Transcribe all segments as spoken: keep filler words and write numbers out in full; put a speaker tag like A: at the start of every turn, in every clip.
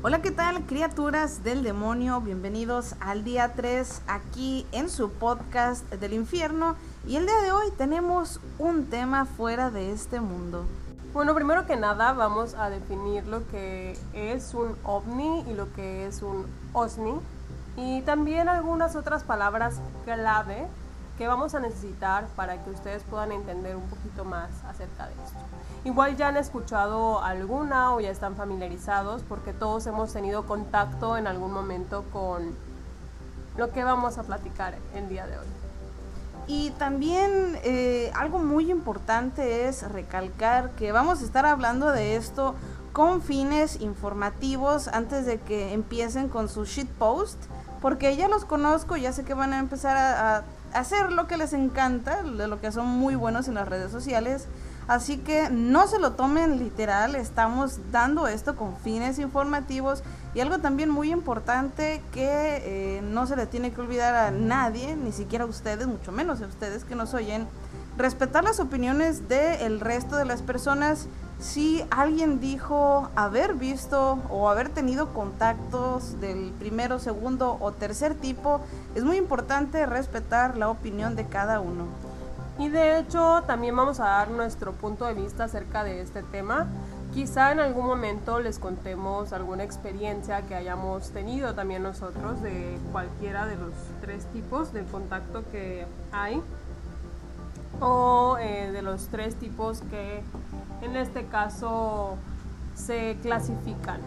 A: Hola, ¿qué tal, criaturas del demonio? Bienvenidos al día tres aquí en su podcast del infierno. Y el día de hoy tenemos un tema fuera de este mundo.
B: Bueno, primero que nada vamos a definir lo que es un ovni y lo que es un osni. Y también algunas otras palabras clave que vamos a necesitar para que ustedes puedan entender un poquito más acerca de esto. Igual ya han escuchado alguna o ya están familiarizados porque todos hemos tenido contacto en algún momento con lo que vamos a platicar el día de hoy.
A: Y también eh, algo muy importante es recalcar que vamos a estar hablando de esto con fines informativos antes de que empiecen con su shitpost, porque ya los conozco, ya sé que van a empezar a, a hacer lo que les encanta, de lo que son muy buenos en las redes sociales. Así que no se lo tomen literal, estamos dando esto con fines informativos. Y algo también muy importante que eh, no se le tiene que olvidar a nadie, ni siquiera a ustedes, mucho menos a ustedes que nos oyen, respetar las opiniones del resto de las personas. Si alguien dijo haber visto o haber tenido contactos del primero, segundo o tercer tipo, es muy importante respetar la opinión de cada uno.
B: Y de hecho también vamos a dar nuestro punto de vista acerca de este tema. Quizá en algún momento les contemos alguna experiencia que hayamos tenido también nosotros de cualquiera de los tres tipos de contacto que hay, o eh, de los tres tipos que en este caso se clasifican.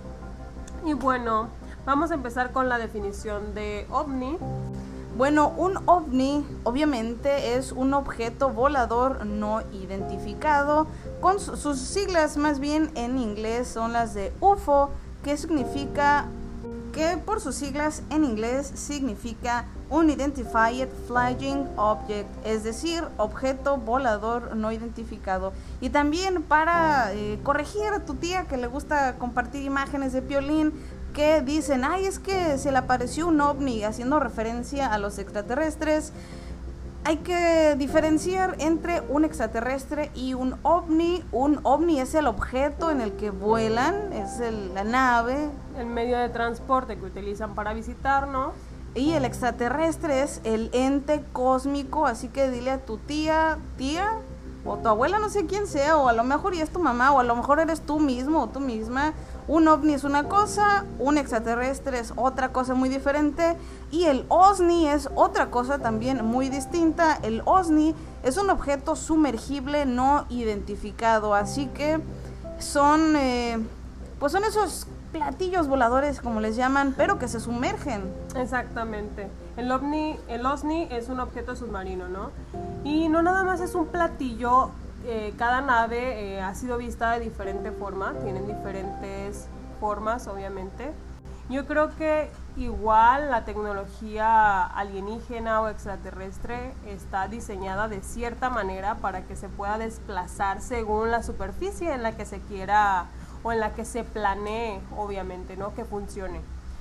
B: Y bueno, vamos a empezar con la definición de ovni.
A: Bueno, un ovni obviamente es un objeto volador no identificado, con su, sus siglas más bien en inglés son las de U F O, que significa, que por sus siglas en inglés significa Unidentified Flying Object, es decir, objeto volador no identificado. Y también para eh, corregir a tu tía que le gusta compartir imágenes de Piolín, que dicen, ay, es que se le apareció un ovni, haciendo referencia a los extraterrestres. Hay que diferenciar entre un extraterrestre y un ovni. Un ovni es el objeto en el que vuelan, es el, la nave,
B: el medio de transporte que utilizan para visitarnos.
A: Y el extraterrestre es el ente cósmico, así que dile a tu tía, tía, o tu abuela, no sé quién sea, o a lo mejor ya es tu mamá, o a lo mejor eres tú mismo o tú misma. Un ovni es una cosa, un extraterrestre es otra cosa muy diferente, y el osni es otra cosa también muy distinta. El osni es un objeto sumergible no identificado, así que son, eh, pues son esos platillos voladores, como les llaman, pero que se sumergen.
B: Exactamente. El ovni, el osni es un objeto submarino, ¿no? Y no nada más es un platillo. Eh, cada nave eh, ha sido vista de diferente forma, tienen diferentes formas, obviamente. Yo creo que igual la tecnología alienígena o extraterrestre está diseñada de cierta manera para que se pueda desplazar según la superficie en la que se quiera o en la que se planee, obviamente, ¿no? Que funcione.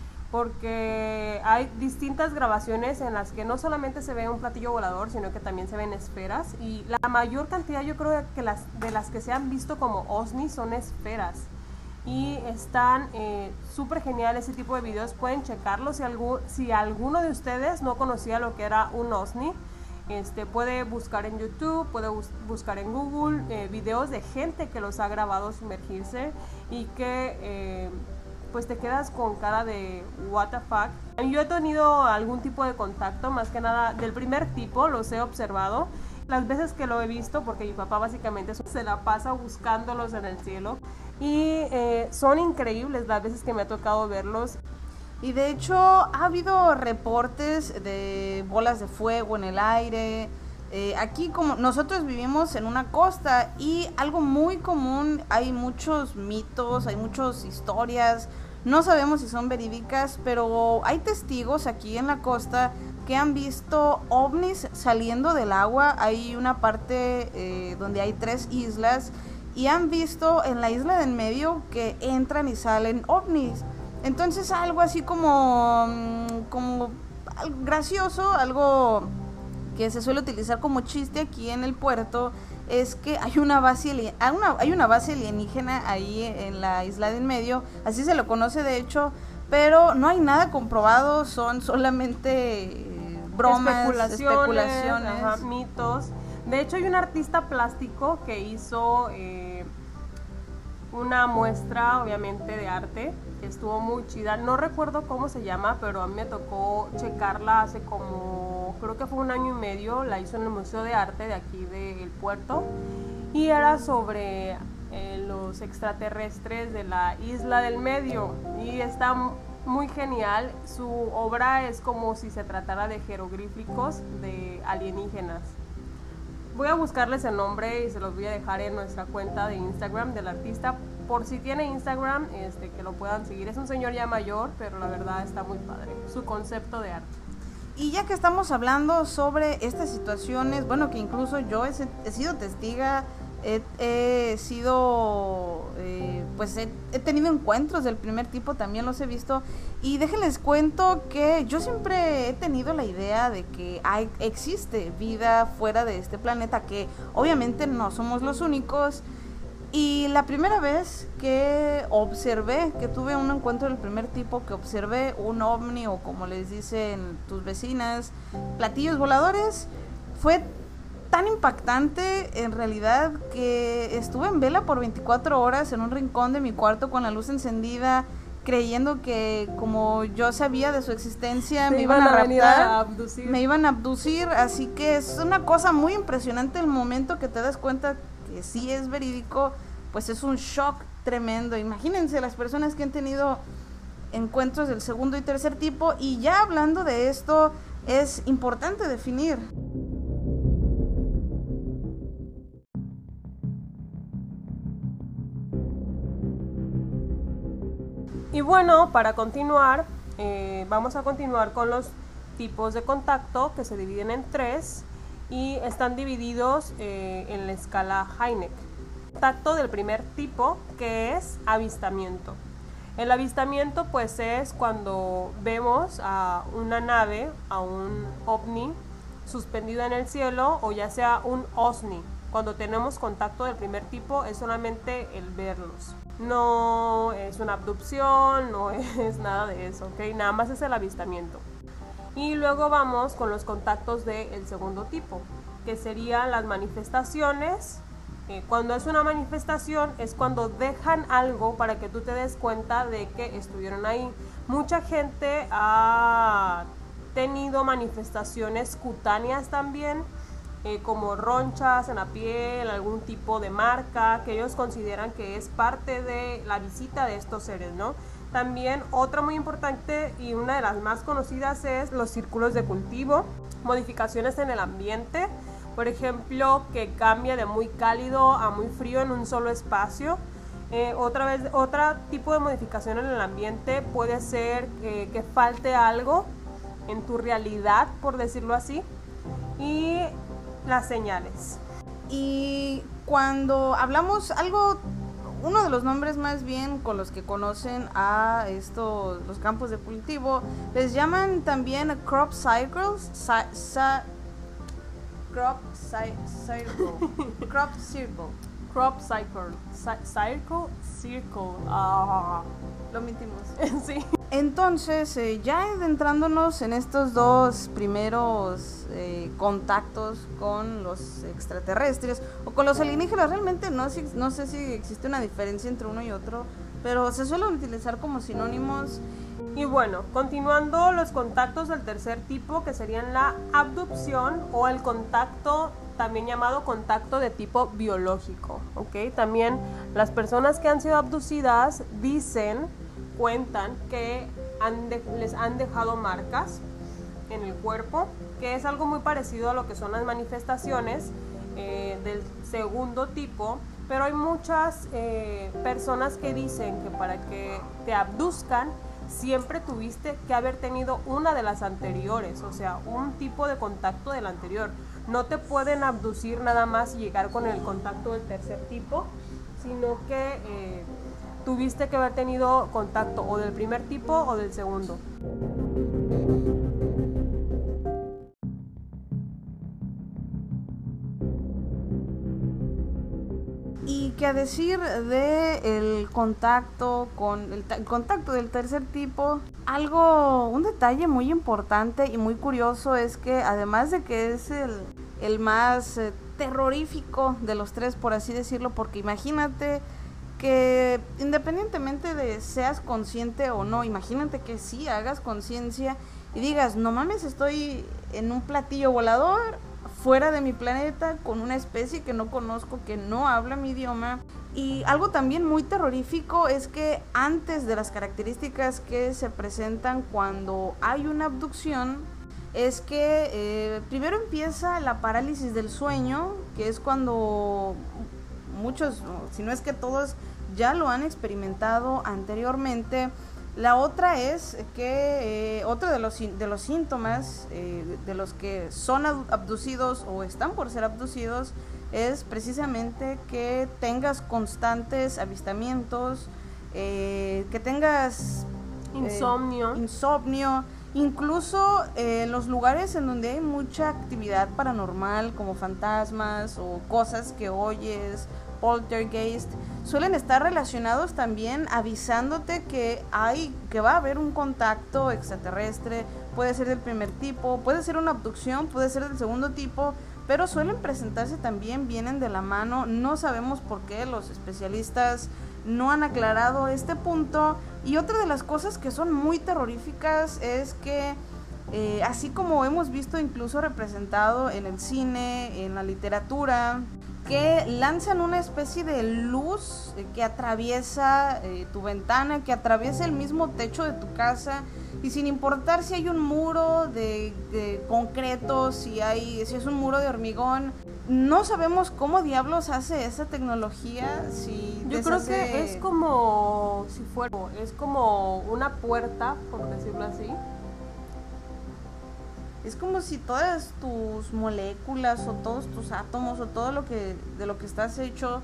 B: Porque hay distintas grabaciones en las que no solamente se ve un platillo volador, sino que también se ven esferas, y la mayor cantidad, yo creo que las de las que se han visto como osni son esferas, y están eh, súper geniales ese tipo de videos. Pueden checarlo si, algún, si alguno de ustedes no conocía lo que era un osni. Este, puede buscar en YouTube, puede bus buscar en Google eh, videos de gente que los ha grabado sumergirse y que eh, pues te quedas con cara de what the fuck. Yo he tenido algún tipo de contacto, más que nada del primer tipo, los he observado. Las veces que lo he visto, porque mi papá básicamente se la pasa buscándolos en el cielo, y eh, son increíbles las veces que me ha tocado verlos.
A: Y de hecho ha habido reportes de bolas de fuego en el aire. Eh, aquí, como nosotros vivimos en una costa, y algo muy común, hay muchos mitos, hay muchas historias, no sabemos si son verídicas, pero hay testigos aquí en la costa que han visto ovnis saliendo del agua. Hay una parte eh, donde hay tres islas, y han visto en la isla del medio que entran y salen ovnis. Entonces algo así como, como gracioso, algo que se suele utilizar como chiste aquí en el puerto, es que hay una base, hay una, hay una base alienígena ahí en la isla del medio, así se lo conoce de hecho, pero no hay nada comprobado, son solamente eh, bromas,
B: especulaciones,
A: especulaciones.
B: Ajá, mitos. De hecho hay un artista plástico que hizo eh, una muestra obviamente de arte, que estuvo muy chida, no recuerdo cómo se llama, pero a mí me tocó checarla hace como, creo que fue un año y medio, la hizo en el Museo de Arte de aquí del puerto, y era sobre eh, los extraterrestres de la isla del medio, y está muy genial. Su obra es como si se tratara de jeroglíficos de alienígenas. Voy a buscarles el nombre y se los voy a dejar en nuestra cuenta de Instagram del artista, por si tiene Instagram, este, que lo puedan seguir. Es un señor ya mayor, pero la verdad está muy padre su concepto de arte.
A: Y ya que estamos hablando sobre estas situaciones, bueno, que incluso yo he, he sido testiga, he, he sido, eh, pues he, he tenido encuentros del primer tipo, también los he visto, y déjenles cuento que yo siempre he tenido la idea de que hay, existe vida fuera de este planeta, que obviamente no somos los únicos. Y la primera vez que observé, que tuve un encuentro del primer tipo, que observé un ovni, o como les dicen tus vecinas, platillos voladores, fue tan impactante en realidad que estuve en vela por veinticuatro horas en un rincón de mi cuarto con la luz encendida, creyendo que como yo sabía de su existencia me, me iban, iban a raptar, a abducir. me iban a abducir, así que es una cosa muy impresionante el momento que te das cuenta que sí es verídico, pues es un shock tremendo. Imagínense las personas que han tenido encuentros del segundo y tercer tipo. Y ya hablando de esto, es importante definir.
B: Y bueno, para continuar, eh, vamos a continuar con los tipos de contacto, que se dividen en tres y están divididos eh, en la escala Hynek. Contacto del primer tipo, que es avistamiento. El avistamiento pues es cuando vemos a una nave, a un ovni suspendido en el cielo, o ya sea un OSNI. Cuando tenemos contacto del primer tipo es solamente el verlos. No es una abducción, no es nada de eso, ¿ok? Nada más es el avistamiento. Y luego vamos con los contactos del segundo tipo, que serían las manifestaciones. Eh, cuando es una manifestación es cuando dejan algo para que tú te des cuenta de que estuvieron ahí. Mucha gente ha tenido manifestaciones cutáneas también, eh, como ronchas en la piel, algún tipo de marca, que ellos consideran que es parte de la visita de estos seres, ¿no? También otra muy importante y una de las más conocidas es los círculos de cultivo, modificaciones en el ambiente, por ejemplo, que cambia de muy cálido a muy frío en un solo espacio. Eh, otra vez, otro tipo de modificación en el ambiente puede ser eh, que falte algo en tu realidad, por decirlo así, y las señales.
A: Y cuando hablamos algo, uno de los nombres más bien con los que conocen a estos, los campos de cultivo, les llaman también crop cycles, sa, sa, crop ci, circle, crop circle.
B: Crop cycle, circle, circle, ah,
A: lo mentimos.
B: Sí.
A: Entonces, eh, ya adentrándonos en estos dos primeros eh, contactos con los extraterrestres o con los alienígenas, realmente no, no sé si existe una diferencia entre uno y otro, pero se suelen utilizar como sinónimos.
B: Y bueno, continuando los contactos del tercer tipo, que serían la abducción o el contacto, también llamado contacto de tipo biológico, ¿ok? También las personas que han sido abducidas dicen, cuentan que han de, les han dejado marcas en el cuerpo, que es algo muy parecido a lo que son las manifestaciones eh, del segundo tipo, pero hay muchas eh, personas que dicen que para que te abduzcan siempre tuviste que haber tenido una de las anteriores, o sea, un tipo de contacto del anterior. No te pueden abducir nada más y llegar con el contacto del tercer tipo, sino que eh, tuviste que haber tenido contacto o del primer tipo o del segundo.
A: Y que a decir de el contacto con el, el contacto del tercer tipo, algo, un detalle muy importante y muy curioso es que además de que es el, el más eh, terrorífico de los tres, por así decirlo, porque imagínate que independientemente de seas consciente o no, imagínate que sí hagas conciencia y digas, no mames, estoy en un platillo volador fuera de mi planeta con una especie que no conozco, que no habla mi idioma. Y algo también muy terrorífico es que antes de las características que se presentan cuando hay una abducción, es que eh, primero empieza la parálisis del sueño, que es cuando muchos, si no es que todos, ya lo han experimentado anteriormente. La otra es que eh, otro de los, de los síntomas eh, de los que son abducidos o están por ser abducidos es precisamente que tengas constantes avistamientos, eh, que tengas
B: insomnio,
A: eh, insomnio incluso en eh, los lugares en donde hay mucha actividad paranormal como fantasmas o cosas que oyes, poltergeist, suelen estar relacionados también avisándote que hay, que va a haber un contacto extraterrestre. Puede ser del primer tipo, puede ser una abducción, puede ser del segundo tipo, pero suelen presentarse también, vienen de la mano. No sabemos por qué, los especialistas no han aclarado este punto. Y otra de las cosas que son muy terroríficas es que eh, así como hemos visto incluso representado en el cine, en la literatura, que lanzan una especie de luz que atraviesa eh, tu ventana, que atraviesa el mismo techo de tu casa, y sin importar si hay un muro de, de concreto, si hay, si es un muro de hormigón, no sabemos cómo diablos hace esa tecnología. Si
B: yo
A: deshace...
B: creo que es como si fuera, es como una puerta, por decirlo así.
A: Es como si todas tus moléculas o todos tus átomos o todo lo que de lo que estás hecho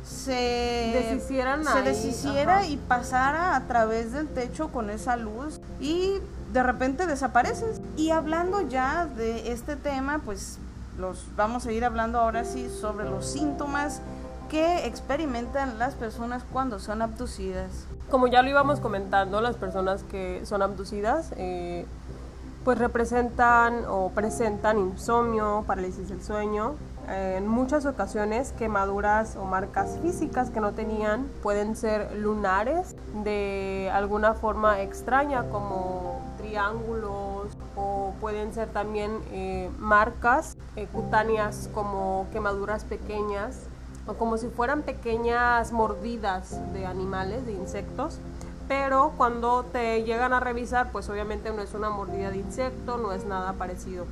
A: se
B: deshicieran
A: se
B: ahí,
A: deshiciera
B: ajá.
A: Y pasara a través del techo con esa luz y de repente desapareces. Y hablando ya de este tema, pues los vamos a ir hablando ahora sí sobre los síntomas que experimentan las personas cuando son abducidas.
B: Como ya lo íbamos comentando, las personas que son abducidas eh, pues representan o presentan insomnio, parálisis del sueño, eh, en muchas ocasiones quemaduras o marcas físicas que no tenían, pueden ser lunares de alguna forma extraña como triángulos, o pueden ser también eh, marcas eh, cutáneas como quemaduras pequeñas o como si fueran pequeñas mordidas de animales, de insectos. Pero cuando te llegan a revisar, pues obviamente no es una mordida de insecto, no es nada parecido.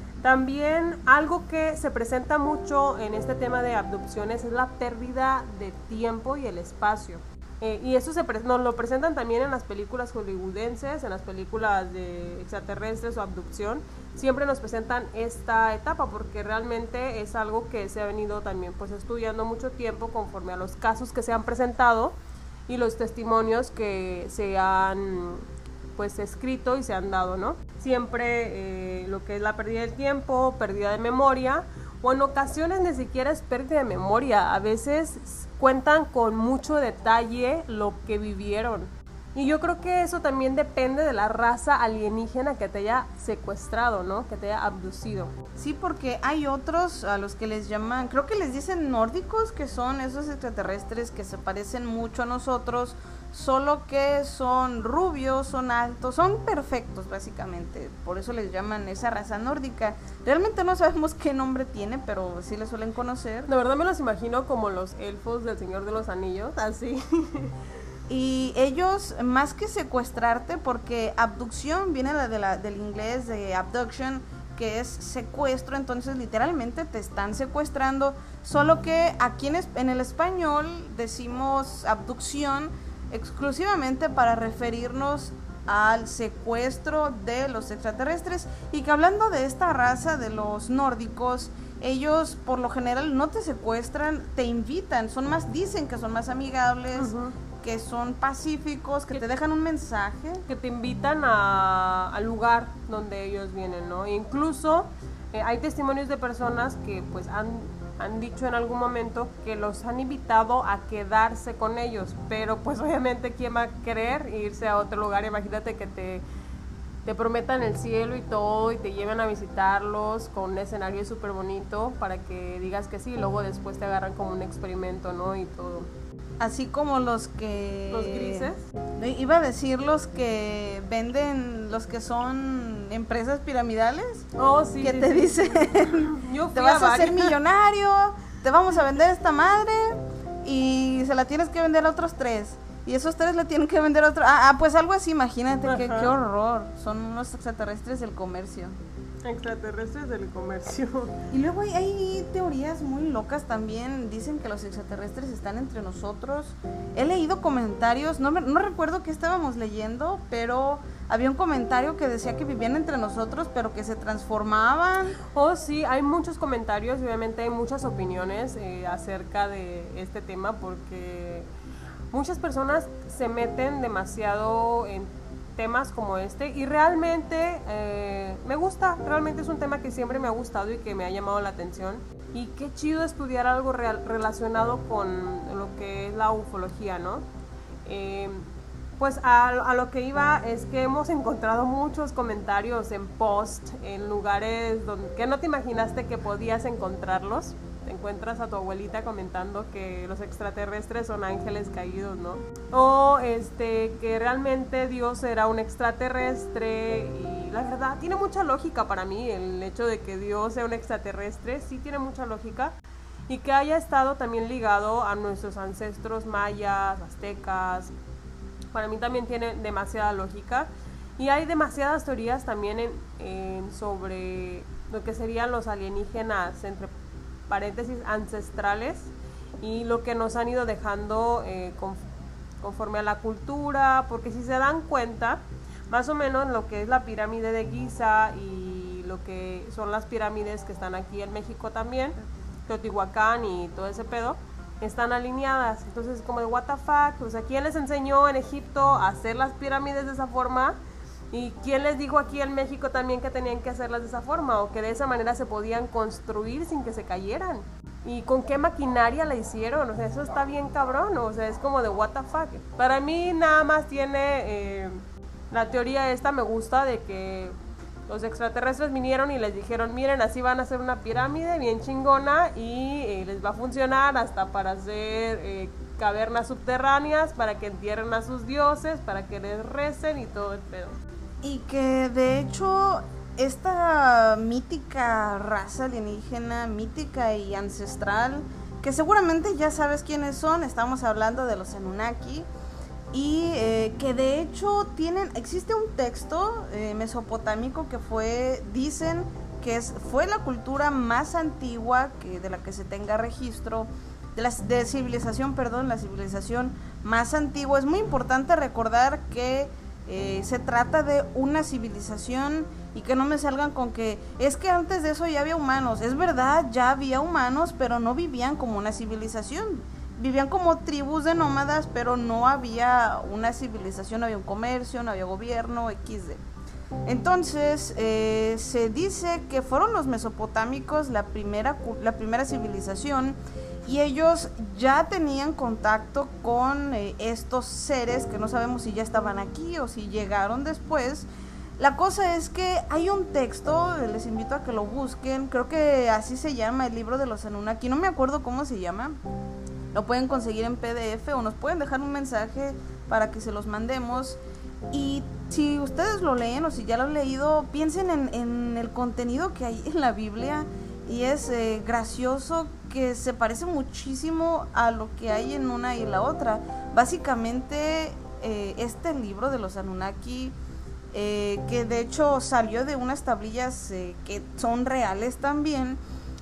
B: También algo que se presenta mucho en este tema de abducciones es la pérdida de tiempo y el espacio. Eh, y eso se pre- nos lo presentan también en las películas hollywoodenses, en las películas de extraterrestres o abducción. Siempre nos presentan esta etapa porque realmente es algo que se ha venido también pues estudiando mucho tiempo conforme a los casos que se han presentado y los testimonios que se han pues escrito y se han dado, ¿no? Siempre eh, lo que es la pérdida del tiempo, pérdida de memoria, o en ocasiones ni siquiera es pérdida de memoria, a veces cuentan con mucho detalle lo que vivieron. Y yo creo que eso también depende de la raza alienígena que te haya secuestrado, ¿no? Que te haya abducido.
A: Sí, porque hay otros a los que les llaman, creo que les dicen nórdicos, que son esos extraterrestres que se parecen mucho a nosotros, solo que son rubios, son altos, son perfectos básicamente, por eso les llaman esa raza nórdica. Realmente no sabemos qué nombre tiene, pero sí les suelen conocer.
B: La verdad me los imagino como los elfos del Señor de los Anillos, así.
A: Y ellos, más que secuestrarte, porque abducción viene de la, del inglés de abduction, que es secuestro, entonces literalmente te están secuestrando, solo que aquí en, en el español decimos abducción exclusivamente para referirnos al secuestro de los extraterrestres. Y que hablando de esta raza de los nórdicos, ellos por lo general no te secuestran, te invitan, son más, dicen que son más amigables, uh-huh. que son pacíficos, que, que te dejan un mensaje,
B: que te invitan a, al lugar donde ellos vienen, ¿no? E incluso eh, hay testimonios de personas que pues han han dicho en algún momento que los han invitado a quedarse con ellos, pero pues obviamente quién va a querer irse a otro lugar. Imagínate que te, te prometan el cielo y todo y te lleven a visitarlos con un escenario súper bonito para que digas que sí, y luego después te agarran como un experimento, ¿no? Y todo.
A: Así como los que...
B: ¿Los grises?
A: Iba a decir los que venden, los que son empresas piramidales.
B: Oh, sí.
A: Que
B: sí,
A: te
B: sí.
A: dicen,
B: Yo
A: te
B: fui
A: vas a,
B: a
A: hacer
B: varias.
A: millonario, te vamos a vender esta madre y se la tienes que vender a otros tres. Y esos tres le tienen que vender a otro... Ah, ah pues algo así, imagínate, qué, qué horror. Son unos extraterrestres del comercio.
B: Extraterrestres del comercio.
A: Y luego hay, hay teorías muy locas también. Dicen que los extraterrestres están entre nosotros. He leído comentarios, no, me, no recuerdo qué estábamos leyendo, pero había un comentario que decía que vivían entre nosotros, pero que se transformaban.
B: Oh, sí, hay muchos comentarios y obviamente hay muchas opiniones eh, acerca de este tema, porque muchas personas se meten demasiado en temas como este y realmente eh, me gusta, realmente es un tema que siempre me ha gustado y que me ha llamado la atención, y qué chido estudiar algo real, relacionado con lo que es la ufología, ¿no? Eh, pues a, a lo que iba es que hemos encontrado muchos comentarios en post, en lugares donde, que no te imaginaste que podías encontrarlos. Te encuentras a tu abuelita comentando que los extraterrestres son ángeles caídos, ¿no? O este, que realmente Dios era un extraterrestre, y la verdad tiene mucha lógica para mí el hecho de que Dios sea un extraterrestre, sí tiene mucha lógica, y que haya estado también ligado a nuestros ancestros mayas, aztecas, para mí también tiene demasiada lógica. Y hay demasiadas teorías también en, en sobre lo que serían los alienígenas, entre paréntesis, ancestrales, y lo que nos han ido dejando eh, con, conforme a la cultura, porque si se dan cuenta, más o menos lo que es la pirámide de Giza y lo que son las pirámides que están aquí en México también, Teotihuacán y todo ese pedo, están alineadas. Entonces, como de what the fuck, o sea, ¿quién les enseñó en Egipto a hacer las pirámides de esa forma? ¿Y quién les dijo aquí en México también que tenían que hacerlas de esa forma, o que de esa manera se podían construir sin que se cayeran? ¿Y con qué maquinaria la hicieron? O sea, eso está bien cabrón, o sea, es como de what the fuck. Para mí nada más tiene eh, la teoría esta, me gusta, de que los extraterrestres vinieron y les dijeron, miren, así van a hacer una pirámide bien chingona y eh, les va a funcionar hasta para hacer eh, cavernas subterráneas, para que entierren a sus dioses, para que les recen y todo el pedo.
A: Y que de hecho esta mítica raza alienígena, mítica y ancestral, que seguramente ya sabes quiénes son, estamos hablando de los Anunnaki, y eh, que de hecho tienen, existe un texto eh, mesopotámico que fue, dicen que es, fue la cultura más antigua que, de la que se tenga registro, de la de civilización, perdón, la civilización más antigua. Es muy importante recordar que Eh, se trata de una civilización, y que no me salgan con que es que antes de eso ya había humanos. Es verdad, ya había humanos, pero no vivían como una civilización, vivían como tribus de nómadas, pero no había una civilización, no había un comercio, no había gobierno, equis de. Entonces eh, se dice que fueron los mesopotámicos la primera, la primera civilización, y ellos ya tenían contacto con eh, estos seres que no sabemos si ya estaban aquí o si llegaron después. La cosa es que hay un texto, les invito a que lo busquen, creo que así se llama, el libro de los Anunnaki, no me acuerdo cómo se llama, lo pueden conseguir en P D F o nos pueden dejar un mensaje para que se los mandemos. Y si ustedes lo leen o si ya lo han leído, piensen en, en el contenido que hay en la Biblia, y es eh, gracioso que se parece muchísimo a lo que hay en una y la otra. Básicamente eh, este libro de los Anunnaki, eh, que de hecho salió de unas tablillas eh, que son reales también,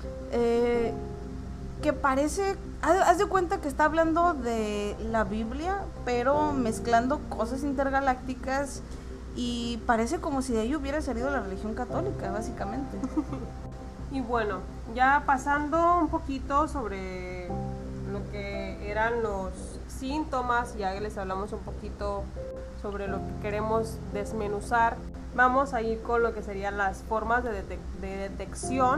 A: eh, que parece, haz de cuenta que está hablando de la Biblia, pero mezclando cosas intergalácticas, y parece como si de ahí hubiera salido la religión católica, básicamente.
B: Y bueno, ya pasando un poquito sobre lo que eran los síntomas, ya les hablamos un poquito sobre lo que queremos desmenuzar, vamos a ir con lo que serían las formas de, detec- de detección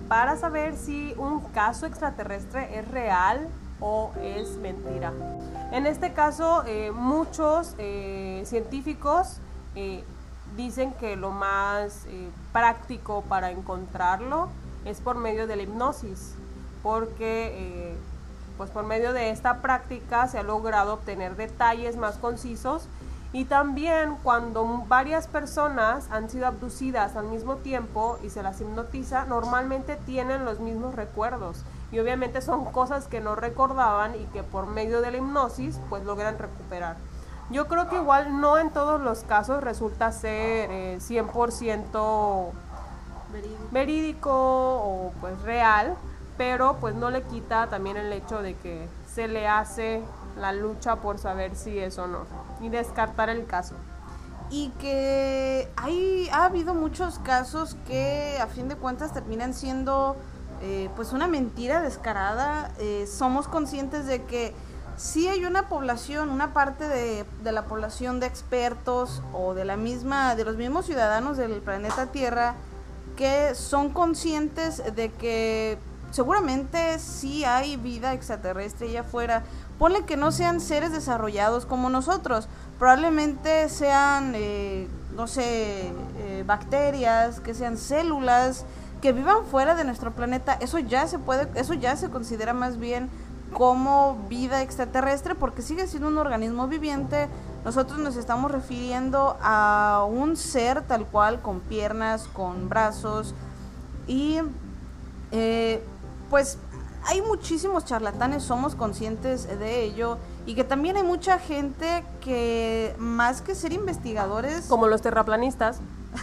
B: para saber si un caso extraterrestre es real o es mentira. En este caso, eh, muchos eh, científicos eh, dicen que lo más eh, práctico para encontrarlo es por medio de la hipnosis, porque eh, pues por medio de esta práctica se ha logrado obtener detalles más concisos, y también cuando varias personas han sido abducidas al mismo tiempo y se las hipnotiza, normalmente tienen los mismos recuerdos, y obviamente son cosas que no recordaban y que por medio de la hipnosis pues logran recuperar. Yo creo que igual no en todos los casos resulta ser eh, cien por ciento verídico. verídico o pues real, pero pues no le quita también el hecho de que se le hace la lucha por saber si es o no y descartar el caso.
A: Y que hay, ha habido muchos casos que a fin de cuentas terminan siendo eh, pues una mentira descarada. Eh, somos conscientes de que sí hay una población, una parte de, de la población de expertos o de la misma, de los mismos ciudadanos del planeta Tierra que son conscientes de que seguramente sí hay vida extraterrestre allá afuera. Ponle que no sean seres desarrollados como nosotros, probablemente sean, eh, no sé, eh, bacterias, que sean células, que vivan fuera de nuestro planeta. Eso ya se puede, eso ya se considera más bien como vida extraterrestre, porque sigue siendo un organismo viviente. Nosotros nos estamos refiriendo a un ser tal cual, con piernas, con brazos, y eh, pues hay muchísimos charlatanes, somos conscientes de ello, y que también hay mucha gente que más que ser investigadores,
B: como los terraplanistas,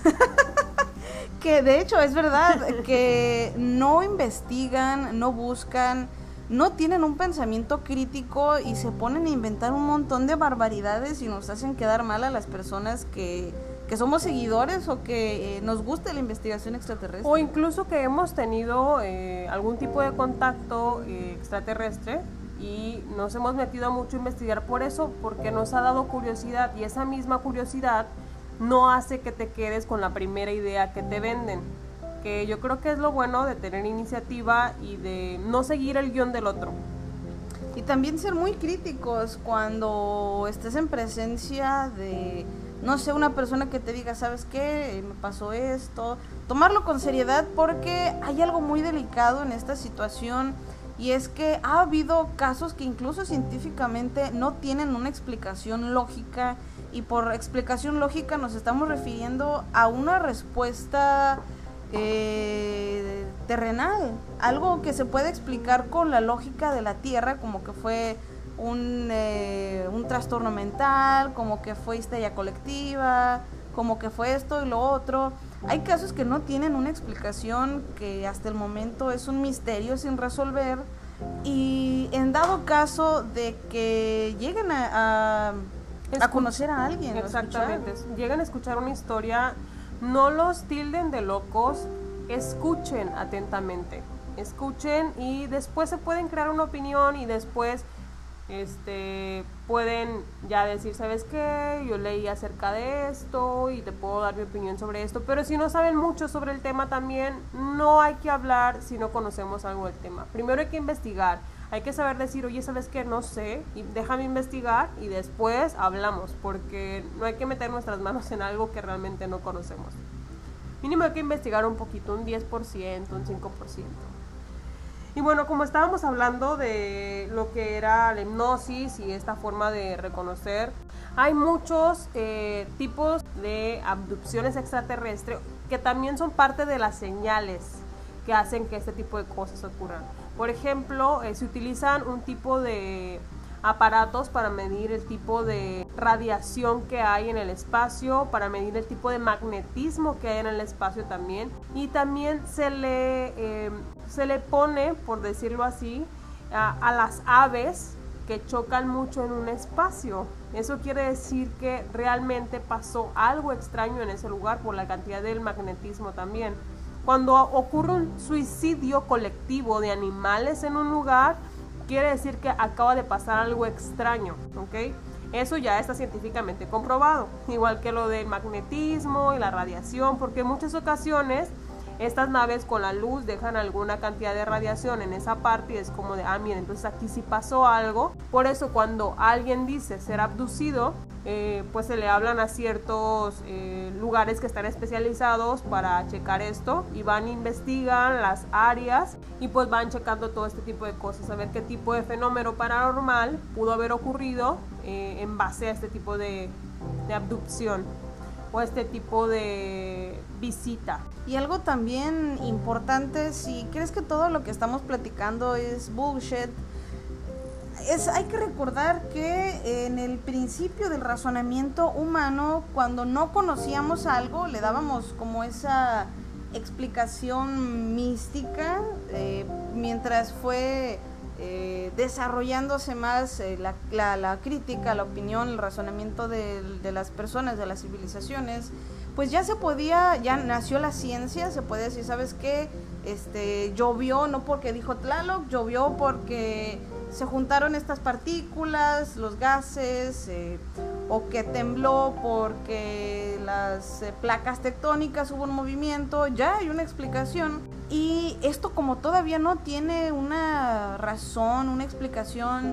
A: que de hecho es verdad, que no investigan, no buscan, no tienen un pensamiento crítico y se ponen a inventar un montón de barbaridades y nos hacen quedar mal a las personas que, que somos seguidores o que eh, nos gusta la investigación extraterrestre.
B: O incluso que hemos tenido eh, algún tipo de contacto eh, extraterrestre y nos hemos metido mucho a investigar por eso, porque nos ha dado curiosidad, y esa misma curiosidad no hace que te quedes con la primera idea que te venden. Que yo creo que es lo bueno de tener iniciativa y de no seguir el guión del otro.
A: Y también ser muy críticos cuando estés en presencia de, no sé, una persona que te diga, ¿sabes qué? Me pasó esto. Tomarlo con seriedad, porque hay algo muy delicado en esta situación, y es que ha habido casos que incluso científicamente no tienen una explicación lógica, y por explicación lógica nos estamos refiriendo a una respuesta Eh, terrenal, algo que se puede explicar con la lógica de la Tierra, como que fue un, eh, un trastorno mental, como que fue histeria colectiva, como que fue esto y lo otro. Hay casos que no tienen una explicación, que hasta el momento es un misterio sin resolver, y en dado caso de que lleguen a, a, a conocer a alguien,
B: exactamente, llegan a escuchar una historia, no los tilden de locos, escuchen atentamente, escuchen, y después se pueden crear una opinión, y después este pueden ya decir, ¿sabes qué? Yo leí acerca de esto y te puedo dar mi opinión sobre esto. Pero si no saben mucho sobre el tema también, no hay que hablar si no conocemos algo del tema. Primero hay que investigar, hay que saber decir, oye, ¿sabes qué? No sé, y déjame investigar, y después hablamos, porque no hay que meter nuestras manos en algo que realmente no conocemos. Mínimo hay que investigar un poquito, un diez por ciento, un cinco por ciento. Y bueno, como estábamos hablando de lo que era la hipnosis y esta forma de reconocer, hay muchos eh, tipos de abducciones extraterrestres que también son parte de las señales que hacen que este tipo de cosas ocurran. Por ejemplo, eh, se utilizan un tipo de aparatos para medir el tipo de radiación que hay en el espacio, para medir el tipo de magnetismo que hay en el espacio también, y también se le, eh, se le pone, por decirlo así, a, a las aves que chocan mucho en un espacio. Eso quiere decir que realmente pasó algo extraño en ese lugar por la cantidad del magnetismo también. Cuando ocurre un suicidio colectivo de animales en un lugar, quiere decir que acaba de pasar algo extraño, ¿ok? Eso ya está científicamente comprobado, igual que lo del magnetismo y la radiación, porque en muchas ocasiones estas naves con la luz dejan alguna cantidad de radiación en esa parte y es como de, ah, miren, entonces aquí sí pasó algo. Por eso cuando alguien dice ser abducido, eh, pues se le hablan a ciertos eh, lugares que están especializados para checar esto y van, investigan las áreas y pues van checando todo este tipo de cosas, a ver qué tipo de fenómeno paranormal pudo haber ocurrido eh, en base a este tipo de, de abducción o este tipo de visita.
A: Y algo también importante, si crees que todo lo que estamos platicando es bullshit, es, hay que recordar que en el principio del razonamiento humano, cuando no conocíamos algo, le dábamos como esa explicación mística, eh, mientras fue eh, desarrollándose más eh, la, la, la crítica, la opinión, el razonamiento de, de las personas, de las civilizaciones, pues ya se podía, ya nació la ciencia, se puede decir, ¿sabes qué? Este, llovió no porque dijo Tlaloc, llovió porque se juntaron estas partículas, los gases, eh, o que tembló porque las eh, placas tectónicas, hubo un movimiento, ya hay una explicación. Y esto, como todavía no tiene una razón, una explicación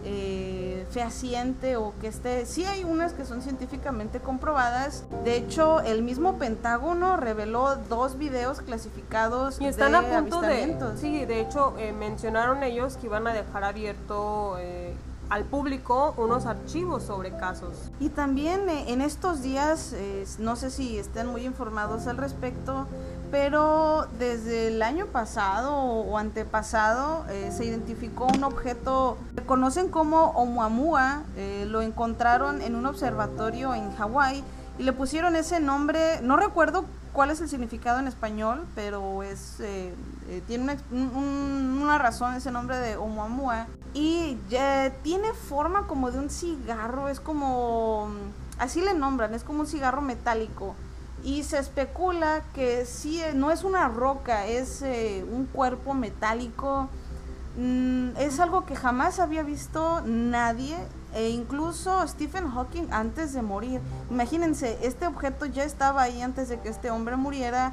A: eh, fehaciente, o que esté, sí hay unas que son científicamente comprobadas. De hecho, el mismo Pentágono reveló dos videos clasificados
B: y están
A: de
B: a punto
A: avistamientos.
B: de, sí, de hecho eh, mencionaron ellos que iban a dejar abierto eh, al público unos archivos sobre casos.
A: Y también eh, en estos días, eh, no sé si estén muy informados al respecto, pero desde el año pasado o antepasado eh, se identificó un objeto que conocen como Oumuamua. Eh, lo encontraron en un observatorio en Hawái y le pusieron ese nombre. No recuerdo cuál es el significado en español, pero es eh, eh, tiene una, un, una razón ese nombre de Oumuamua, y eh, tiene forma como de un cigarro. Es como, así le nombran, es como un cigarro metálico. Y se especula que sí, no es una roca, es eh, un cuerpo metálico. Mm, es algo que jamás había visto nadie, e incluso Stephen Hawking antes de morir. Imagínense, este objeto ya estaba ahí antes de que este hombre muriera.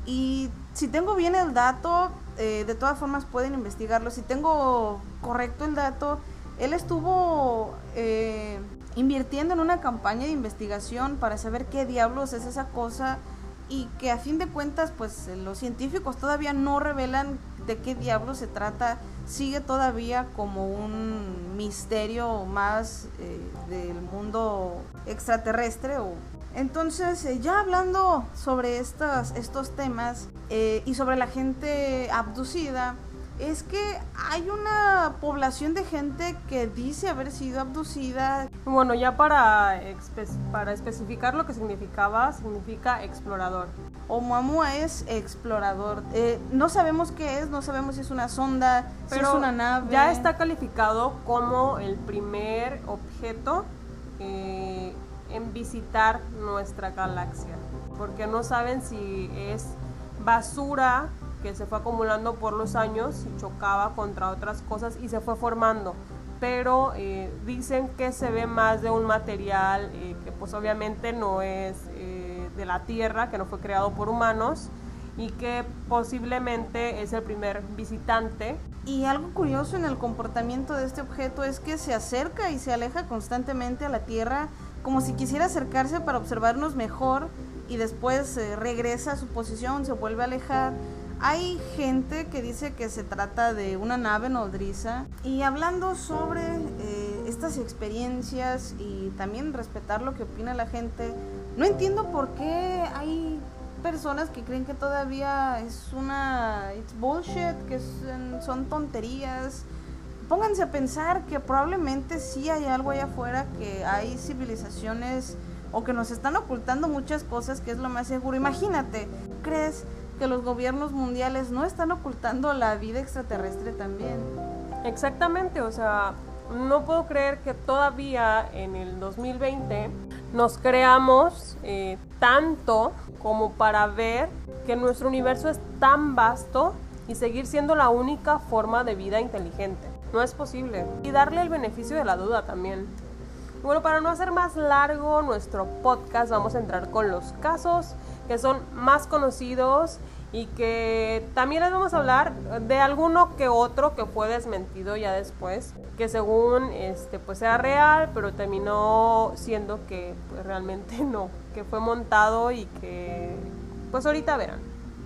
A: Y si tengo bien el dato, eh, de todas formas pueden investigarlo. Si tengo correcto el dato, él estuvo eh, invirtiendo en una campaña de investigación para saber qué diablos es esa cosa, y que a fin de cuentas pues los científicos todavía no revelan de qué diablos se trata. Sigue todavía como un misterio más eh, del mundo extraterrestre. O entonces eh, ya hablando sobre estas, estos temas eh, y sobre la gente abducida, es que hay una población de gente que dice haber sido abducida.
B: Bueno, ya para, espe- para especificar lo que significaba, significa explorador.
A: Oumuamua es explorador. Eh, no sabemos qué es, no sabemos si es una sonda,
B: pero
A: si es una nave.
B: Ya está calificado como el primer objeto eh, en visitar nuestra galaxia, porque no saben si es basura que se fue acumulando por los años y chocaba contra otras cosas y se fue formando, pero eh, dicen que se ve más de un material eh, que pues obviamente no es eh, de la Tierra, que no fue creado por humanos, y que posiblemente es el primer visitante.
A: Y algo curioso en el comportamiento de este objeto es que se acerca y se aleja constantemente a la Tierra, como si quisiera acercarse para observarnos mejor, y después eh, regresa a su posición, se vuelve a alejar. Hay gente que dice que se trata de una nave nodriza. Y hablando sobre eh, estas experiencias y también respetar lo que opina la gente, no entiendo por qué hay personas que creen que todavía es una it's bullshit, que es, son tonterías. Pónganse a pensar que probablemente sí hay algo allá afuera, que hay civilizaciones o que nos están ocultando muchas cosas, que es lo más seguro. Imagínate, ¿crees que los gobiernos mundiales no están ocultando la vida extraterrestre también?
B: Exactamente, o sea, no puedo creer que todavía en el dos mil veinte nos creamos eh, tanto como para ver que nuestro universo es tan vasto y seguir siendo la única forma de vida inteligente. No es posible. Y darle el beneficio de la duda también. Bueno, para no hacer más largo nuestro podcast, vamos a entrar con los casos que son más conocidos y que también les vamos a hablar de alguno que otro que fue desmentido ya después, que según este pues era real, pero terminó siendo que pues realmente no, que fue montado y que pues ahorita verán.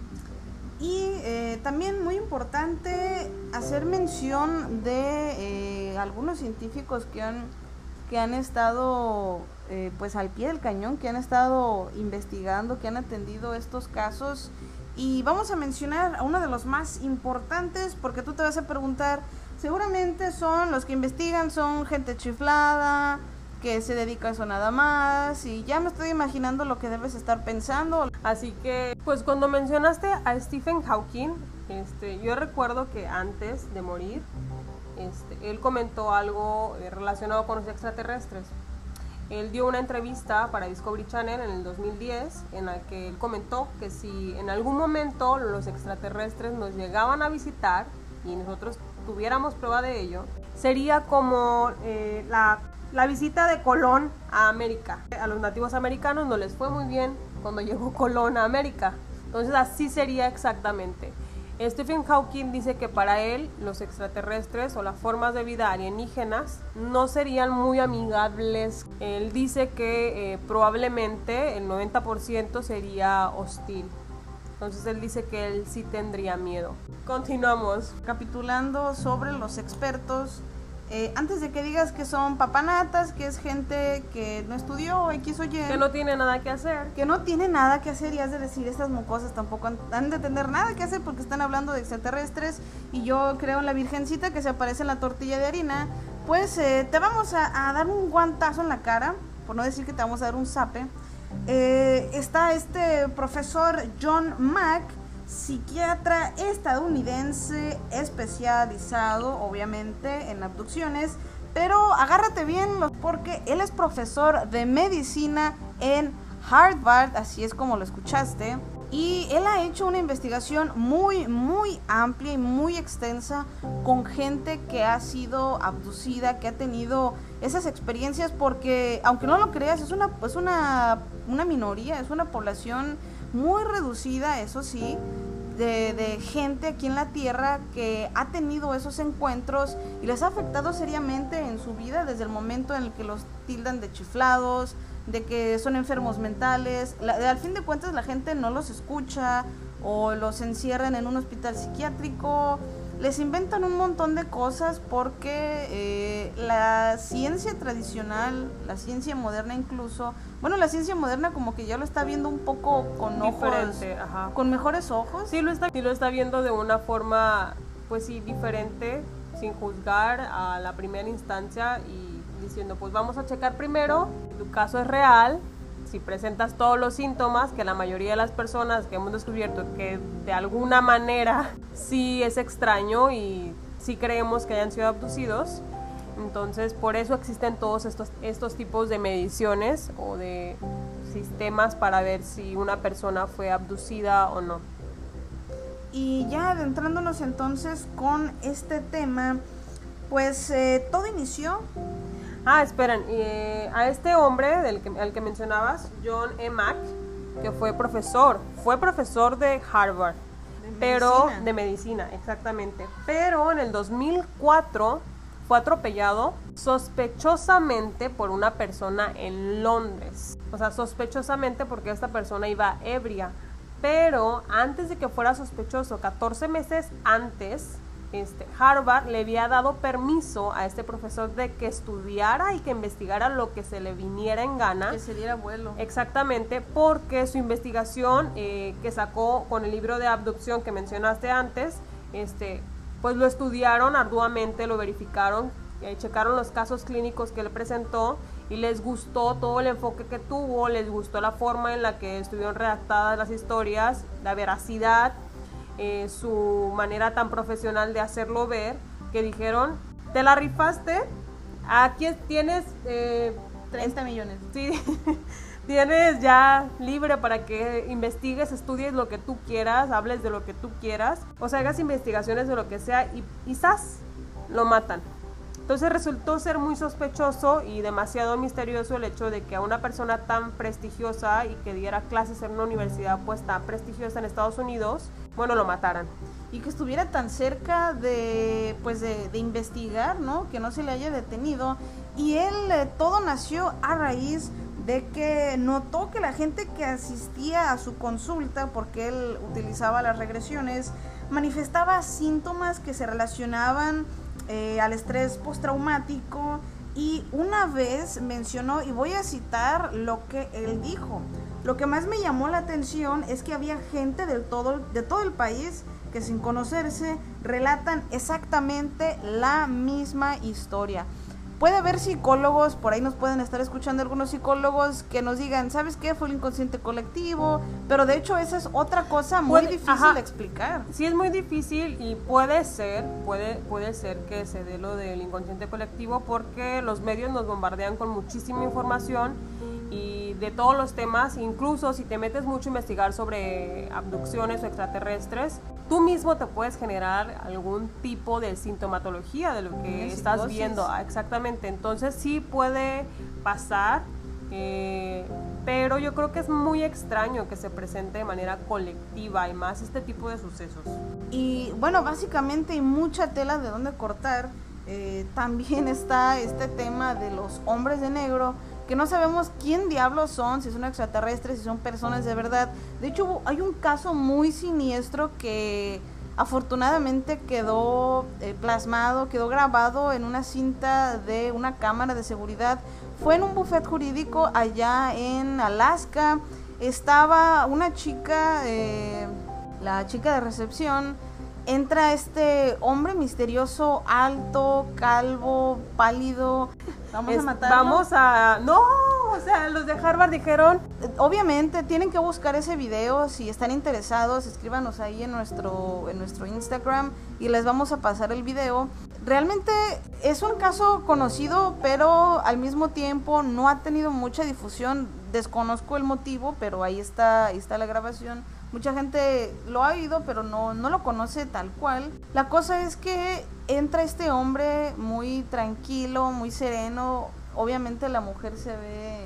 A: Y eh, también muy importante hacer mención de eh, algunos científicos que han, que han estado eh, pues al pie del cañón, que han estado investigando, que han atendido estos casos. Y vamos a mencionar a uno de los más importantes, porque tú te vas a preguntar, seguramente son los que investigan, son gente chiflada, que se dedica a eso nada más, y ya me estoy imaginando lo que debes estar pensando.
B: Así que, pues cuando mencionaste a Stephen Hawking, este, yo recuerdo que antes de morir, este, él comentó algo eh, relacionado con los extraterrestres. Él dio una entrevista para Discovery Channel en el dos mil diez, en la que él comentó que si en algún momento los extraterrestres nos llegaban a visitar y nosotros tuviéramos prueba de ello, sería como eh, la, la visita de Colón a América. A los nativos americanos no les fue muy bien cuando llegó Colón a América, entonces así sería exactamente. Stephen Hawking dice que para él los extraterrestres o las formas de vida alienígenas no serían muy amigables. Él dice que eh, probablemente el noventa por ciento sería hostil. Entonces él dice que él sí tendría miedo. Continuamos.
A: Capitulando sobre los expertos, eh, antes de que digas que son papanatas, que es gente que no estudió X o Y,
B: que no tiene nada que hacer,
A: que no tiene nada que hacer, y has de decir, estas mocosas tampoco han, han de tener nada que hacer porque están hablando de extraterrestres y yo creo en la virgencita que se aparece en la tortilla de harina, pues eh, te vamos a, a dar un guantazo en la cara, por no decir que te vamos a dar un zape. Eh, está este profesor John Mack, psiquiatra estadounidense especializado obviamente en abducciones, pero agárrate bien porque él es profesor de medicina en Harvard, así es como lo escuchaste, y él ha hecho una investigación muy muy amplia y muy extensa con gente que ha sido abducida, que ha tenido esas experiencias, porque aunque no lo creas es una, es una, una minoría, es una población muy reducida, eso sí, de, de gente aquí en la Tierra que ha tenido esos encuentros y les ha afectado seriamente en su vida, desde el momento en el que los tildan de chiflados, de que son enfermos mentales. La, de, al fin de cuentas la gente no los escucha o los encierran en un hospital psiquiátrico, les inventan un montón de cosas porque eh, la ciencia tradicional, la ciencia moderna incluso, bueno, la ciencia moderna como que ya lo está viendo un poco con
B: diferente,
A: ojos,
B: ajá.
A: con mejores ojos.
B: Sí lo está, sí lo está viendo de una forma, pues sí, diferente, sin juzgar a la primera instancia y diciendo, pues vamos a checar primero, si tu caso es real, si presentas todos los síntomas, que la mayoría de las personas que hemos descubierto que de alguna manera sí es extraño y sí creemos que hayan sido abducidos, entonces por eso existen todos estos, estos tipos de mediciones o de sistemas para ver si una persona fue abducida o no.
A: Y ya adentrándonos entonces con este tema, pues eh, todo inició.
B: Ah, esperen, eh, a este hombre del que, al que mencionabas, John E. Mack, que fue profesor, fue profesor de Harvard,
A: de
B: pero
A: medicina.
B: de medicina, exactamente. Pero en el dos mil cuatro fue atropellado sospechosamente por una persona en Londres. O sea, sospechosamente porque esta persona iba ebria. Pero antes de que fuera sospechoso, catorce meses antes, Este, Harvard le había dado permiso a este profesor de que estudiara y que investigara lo que se le viniera en gana.
A: Que se diera vuelo.
B: Exactamente, porque su investigación eh, que sacó con el libro de abducción que mencionaste antes, este, pues lo estudiaron arduamente, lo verificaron, eh, checaron los casos clínicos que él presentó y les gustó todo el enfoque que tuvo, les gustó la forma en la que estuvieron redactadas las historias, la veracidad, Eh, su manera tan profesional de hacerlo ver, que dijeron, te la rifaste, aquí tienes eh,
A: treinta millones.
B: Sí, tienes ya libre para que investigues, estudies lo que tú quieras, hables de lo que tú quieras, o sea, hagas investigaciones de lo que sea y quizás lo matan. Entonces resultó ser muy sospechoso y demasiado misterioso el hecho de que a una persona tan prestigiosa y que diera clases en una universidad pues tan prestigiosa en Estados Unidos, bueno, lo mataran.
A: Y que estuviera tan cerca de, pues de, de investigar, ¿no? Que no se le haya detenido. Y él, eh, todo nació a raíz de que notó que la gente que asistía a su consulta, porque él utilizaba las regresiones, manifestaba síntomas que se relacionaban eh, al estrés postraumático. Y una vez mencionó, y voy a citar lo que él dijo: lo que más me llamó la atención es que había gente del todo, de todo el país que sin conocerse relatan exactamente la misma historia. Puede haber psicólogos, por ahí nos pueden estar escuchando algunos psicólogos que nos digan, ¿sabes qué? Fue el inconsciente colectivo, pero de hecho esa es otra cosa muy
B: Puede,
A: difícil
B: ajá,
A: de explicar.
B: Sí, es muy difícil y puede ser, puede, puede ser que se dé lo del inconsciente colectivo porque los medios nos bombardean con muchísima información y de todos los temas, incluso si te metes mucho a investigar sobre abducciones o extraterrestres, tú mismo te puedes generar algún tipo de sintomatología de lo que estás
A: psicosis.
B: viendo. Ah, exactamente, entonces sí puede pasar, eh, pero yo creo que es muy extraño que se presente de manera colectiva y más este tipo de sucesos.
A: Y bueno, básicamente hay mucha tela de donde cortar. Eh, también está este tema de los hombres de negro, que no sabemos quién diablos son, si son extraterrestres, si son personas de verdad. De hecho, hay un caso muy siniestro que afortunadamente quedó eh, plasmado, quedó grabado en una cinta de una cámara de seguridad. Fue en un bufete jurídico allá en Alaska. Estaba una chica, eh, la chica de recepción. Entra este hombre misterioso, alto, calvo, pálido. Vamos
B: es,
A: a matarlo.
B: Vamos a... No, o sea, los de Harvard dijeron...
A: Obviamente tienen que buscar ese video. Si están interesados, escríbanos ahí en nuestro, en nuestro Instagram y les vamos a pasar el video. Realmente es un caso conocido, pero al mismo tiempo no ha tenido mucha difusión. Desconozco el motivo, pero ahí está, ahí está la grabación. Mucha gente lo ha oído, pero no, no lo conoce tal cual. La cosa es que entra este hombre muy tranquilo, muy sereno. Obviamente la mujer se ve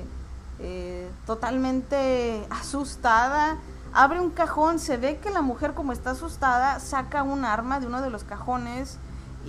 A: eh, totalmente asustada. Abre un cajón, se ve que la mujer, como está asustada, saca un arma de uno de los cajones.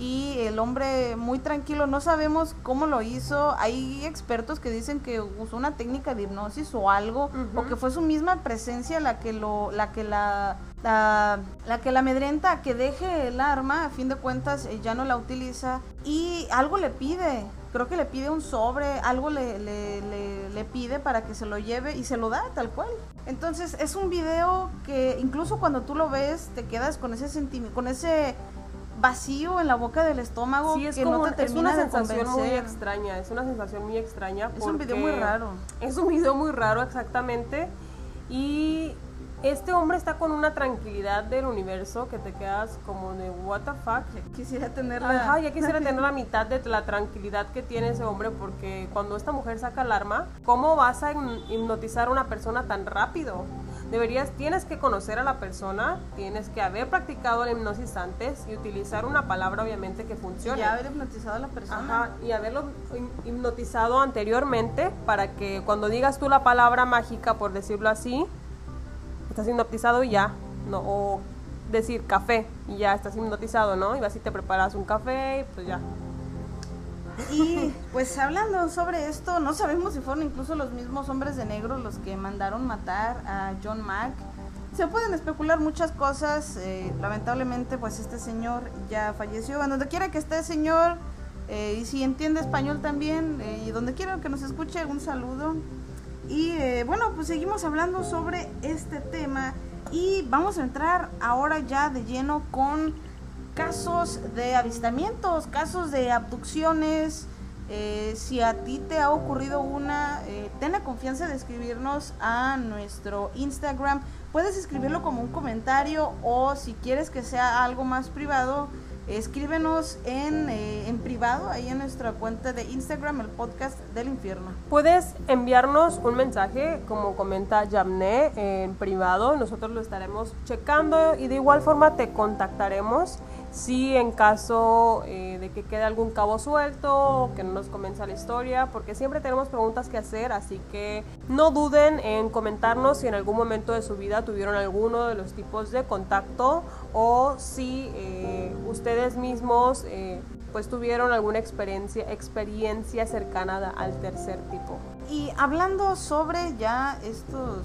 A: Y el hombre muy tranquilo, no sabemos cómo lo hizo. Hay expertos que dicen que usó una técnica de hipnosis o algo, uh-huh. o que fue su misma presencia la que lo, la que la, la, la que la amedrenta a que deje el arma. A fin de cuentas ya no la utiliza y algo le pide. Creo que le pide un sobre, algo le, le, le, le pide para que se lo lleve y se lo da tal cual. Entonces es un video que incluso cuando tú lo ves te quedas con ese sentimiento, con ese vacío en la boca del estómago.
B: Sí, es
A: que
B: como,
A: no te termina
B: es una
A: de
B: sensación
A: convencer.
B: muy extraña, es una sensación muy extraña.
A: Es un video muy raro.
B: Es un video muy raro, exactamente. Y este hombre está con una tranquilidad del universo que te quedas como de what the fuck.
A: Quisiera tener la...
B: Ajá, ya quisiera tener la mitad de la tranquilidad que tiene ese hombre, porque cuando esta mujer saca el arma, ¿cómo vas a hipnotizar a una persona tan rápido? Deberías, tienes que conocer a la persona, tienes que haber practicado la hipnosis antes y utilizar una palabra obviamente que funcione.
A: Y haber hipnotizado a la persona.
B: Ajá, y haberlo hipnotizado anteriormente para que cuando digas tú la palabra mágica, por decirlo así, estás hipnotizado y ya, no, o decir café y ya estás hipnotizado, ¿no? Y vas y te preparas un café y pues ya.
A: Y pues hablando sobre esto, no sabemos si fueron incluso los mismos hombres de negro los que mandaron matar a John Mack. Se pueden especular muchas cosas. Eh, lamentablemente pues este señor ya falleció. En donde quiera que esté, señor, eh, y si entiende español también, eh, y donde quiera que nos escuche, un saludo. Y eh, bueno, pues seguimos hablando sobre este tema y vamos a entrar ahora ya de lleno con casos de avistamientos, casos de abducciones. Eh, si a ti te ha ocurrido una, eh, ten la confianza de escribirnos a nuestro Instagram. Puedes escribirlo como un comentario o si quieres que sea algo más privado, escríbenos en, eh, en privado, ahí en nuestra cuenta de Instagram, el podcast del infierno.
B: Puedes enviarnos un mensaje, como comenta Yamne, en privado. Nosotros lo estaremos checando y de igual forma te contactaremos. sí, en caso eh, de que quede algún cabo suelto o que no nos convenza la historia, porque siempre tenemos preguntas que hacer, así que no duden en comentarnos si en algún momento de su vida tuvieron alguno de los tipos de contacto o si eh, ustedes mismos eh, pues tuvieron alguna experiencia, experiencia cercana al tercer tipo.
A: Y hablando sobre ya estos...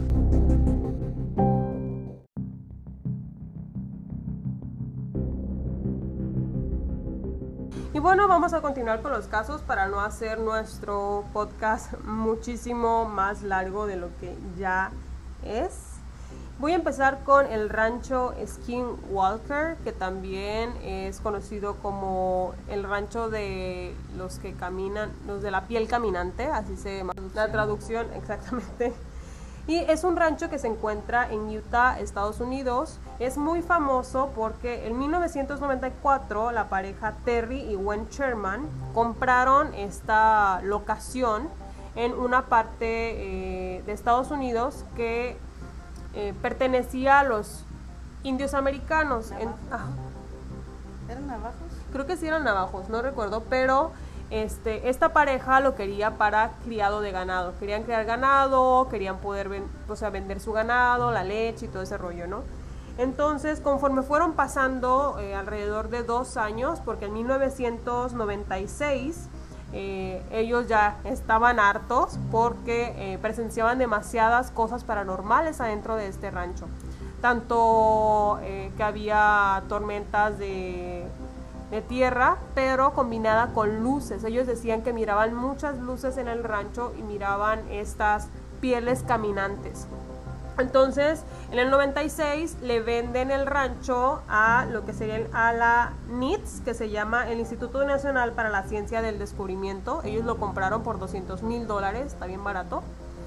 B: Y bueno, vamos a continuar con los casos para no hacer nuestro podcast muchísimo más largo de lo que ya es. Voy a empezar con el rancho Skinwalker, que también es conocido como el rancho de los que caminan, los de la piel caminante, así se llama la traducción exactamente. Y es un rancho que se encuentra en Utah, Estados Unidos. Es muy famoso porque en mil novecientos noventa y cuatro la pareja Terry y Gwen Sherman compraron esta locación en una parte eh, de Estados Unidos que eh, pertenecía a los indios americanos. En, ah,
A: ¿Eran navajos?
B: Creo que sí eran navajos, no recuerdo, pero... Este, esta pareja lo quería para criado de ganado. Querían criar ganado, querían poder ven, o sea, vender su ganado, la leche y todo ese rollo, ¿no? Entonces, conforme fueron pasando eh, alrededor de dos años, porque en mil novecientos noventa y seis eh, ellos ya estaban hartos porque eh, presenciaban demasiadas cosas paranormales adentro de este rancho. Tanto eh, que había tormentas de... de tierra, pero combinada con luces. Ellos decían que miraban muchas luces en el rancho y miraban estas pieles caminantes. Entonces, en el noventa y seis le venden el rancho a lo que sería a la N I T S, que se llama el Instituto Nacional para la Ciencia del Descubrimiento. Ellos lo compraron por doscientos mil dólares, está bien barato.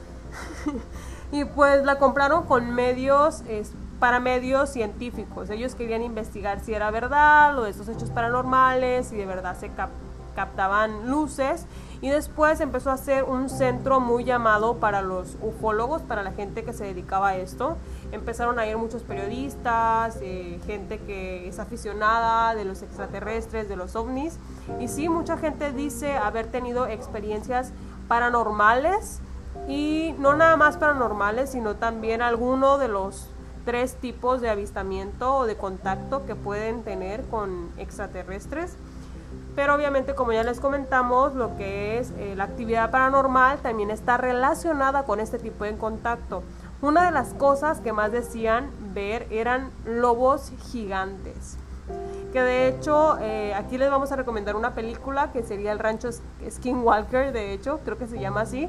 B: Y pues la compraron con medios... Es, para medios científicos. Ellos querían investigar si era verdad lo de estos hechos paranormales, si de verdad se cap captaban luces, y después empezó a ser un centro muy llamado para los ufólogos, para la gente que se dedicaba a esto. Empezaron a ir muchos periodistas, eh, gente que es aficionada de los extraterrestres, de los ovnis, y sí, mucha gente dice haber tenido experiencias paranormales, y no nada más paranormales, sino también alguno de los tres tipos de avistamiento o de contacto que pueden tener con extraterrestres. Pero obviamente, como ya les comentamos, lo que es eh, la actividad paranormal también está relacionada con este tipo de contacto. Una de las cosas que más decían ver eran lobos gigantes, que de hecho eh, aquí les vamos a recomendar una película que sería El Rancho Skinwalker, de hecho creo que se llama así.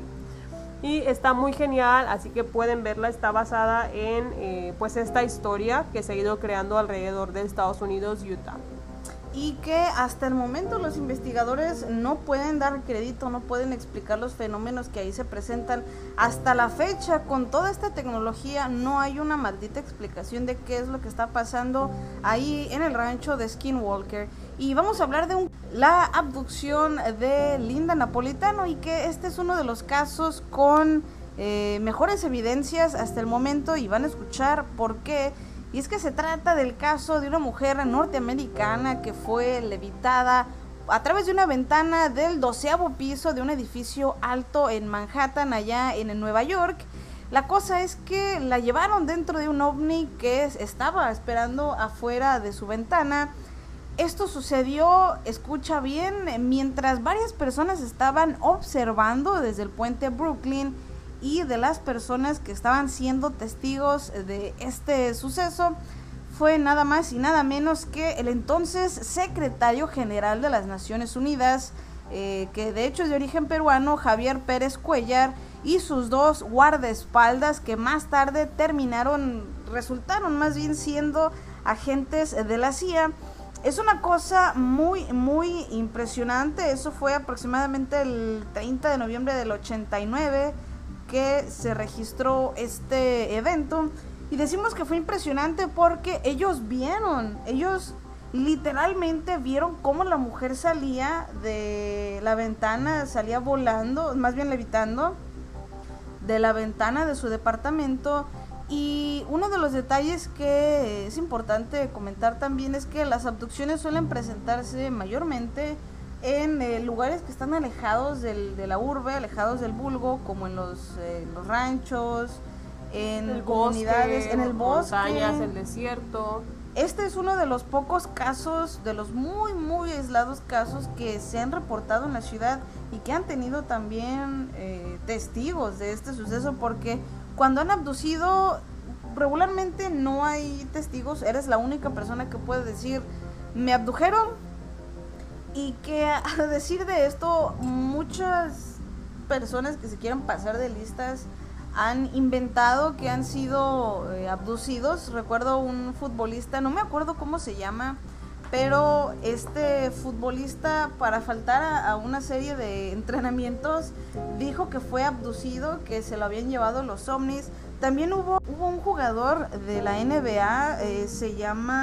B: Y está muy genial, así que pueden verla. Está basada en eh, pues esta historia que se ha ido creando alrededor de Estados Unidos, Utah.
A: Y que hasta el momento los investigadores no pueden dar crédito, no pueden explicar los fenómenos que ahí se presentan. Hasta la fecha, con toda esta tecnología, no hay una maldita explicación de qué es lo que está pasando ahí en el rancho de Skinwalker. Y vamos a hablar de un, la abducción de Linda Napolitano, y que este es uno de los casos con eh, mejores evidencias hasta el momento, y van a escuchar por qué. Y es que se trata del caso de una mujer norteamericana que fue levitada a través de una ventana del doceavo piso de un edificio alto en Manhattan, allá en Nueva York. La cosa es que la llevaron dentro de un ovni que estaba esperando afuera de su ventana. Esto sucedió, escucha bien, mientras varias personas estaban observando desde el puente Brooklyn, y de las personas que estaban siendo testigos de este suceso fue nada más y nada menos que el entonces secretario general de las Naciones Unidas, eh, que de hecho es de origen peruano, Javier Pérez Cuellar, y sus dos guardaespaldas, que más tarde terminaron, resultaron más bien siendo agentes de la C I A. Es una cosa muy, muy impresionante. Eso fue aproximadamente el treinta de noviembre del ochenta y nueve que se registró este evento. Y decimos que fue impresionante porque ellos vieron, ellos literalmente vieron cómo la mujer salía de la ventana, salía volando, más bien levitando, de la ventana de su departamento, Y uno de los detalles que es importante comentar también es que las abducciones suelen presentarse mayormente en eh, lugares que están alejados del, de la urbe, alejados del vulgo, como en los, eh, los ranchos, en
B: el
A: comunidades,
B: bosque,
A: en el bosque,
B: montañas, el desierto.
A: Este es uno de los pocos casos, de los muy, muy aislados casos que se han reportado en la ciudad y que han tenido también eh, testigos de este suceso, porque cuando han abducido, regularmente no hay testigos, eres la única persona que puede decir, me abdujeron, y que a decir de esto, muchas personas que se quieren pasar de listas han inventado que han sido eh, abducidos. Recuerdo un futbolista, no me acuerdo cómo se llama, pero este futbolista, para faltar a, a una serie de entrenamientos, dijo que fue abducido, que se lo habían llevado los ovnis. También hubo, hubo un jugador de la N B A, eh, se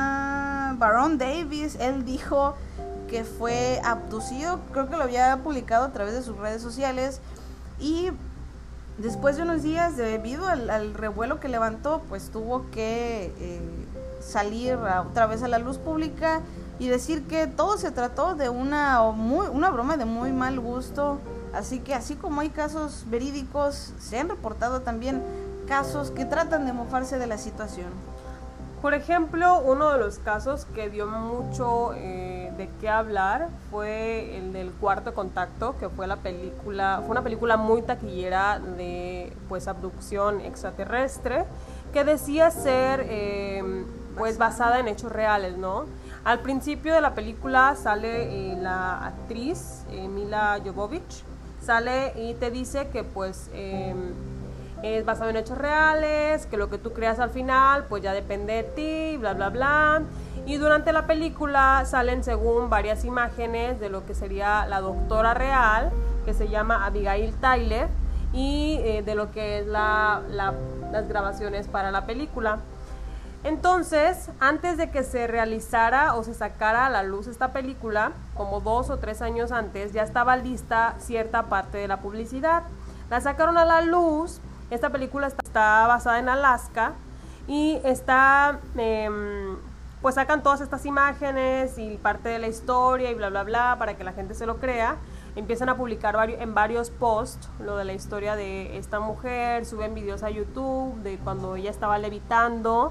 A: llama Baron Davis, él dijo que fue abducido, creo que lo había publicado a través de sus redes sociales, y después de unos días, debido al, al revuelo que levantó, pues tuvo que eh, salir a, otra vez a la luz pública y decir que todo se trató de una, muy, una broma de muy mal gusto. Así que así como hay casos verídicos, se han reportado también casos que tratan de mofarse de la situación.
B: Por ejemplo, uno de los casos que dio mucho eh, de qué hablar fue el del Cuarto Contacto, que fue la película, fue una película muy taquillera de pues abducción extraterrestre, que decía ser eh, pues basada en hechos reales, ¿no? Al principio de la película sale eh, la actriz eh, Mila Jovovich, sale y te dice que pues eh, es basado en hechos reales, que lo que tú creas al final pues ya depende de ti, bla bla bla. Y durante la película salen según varias imágenes de lo que sería la doctora real, que se llama Abigail Tyler, y eh, de lo que es la, la, las grabaciones para la película. Entonces, antes de que se realizara o se sacara a la luz esta película, como dos o tres años antes, ya estaba lista cierta parte de la publicidad. La sacaron a la luz. Esta película está, está basada en Alaska y está, eh, pues sacan todas estas imágenes y parte de la historia y bla bla bla para que la gente se lo crea. Empiezan a publicar varios, en varios posts lo de la historia de esta mujer, suben videos a YouTube de cuando ella estaba levitando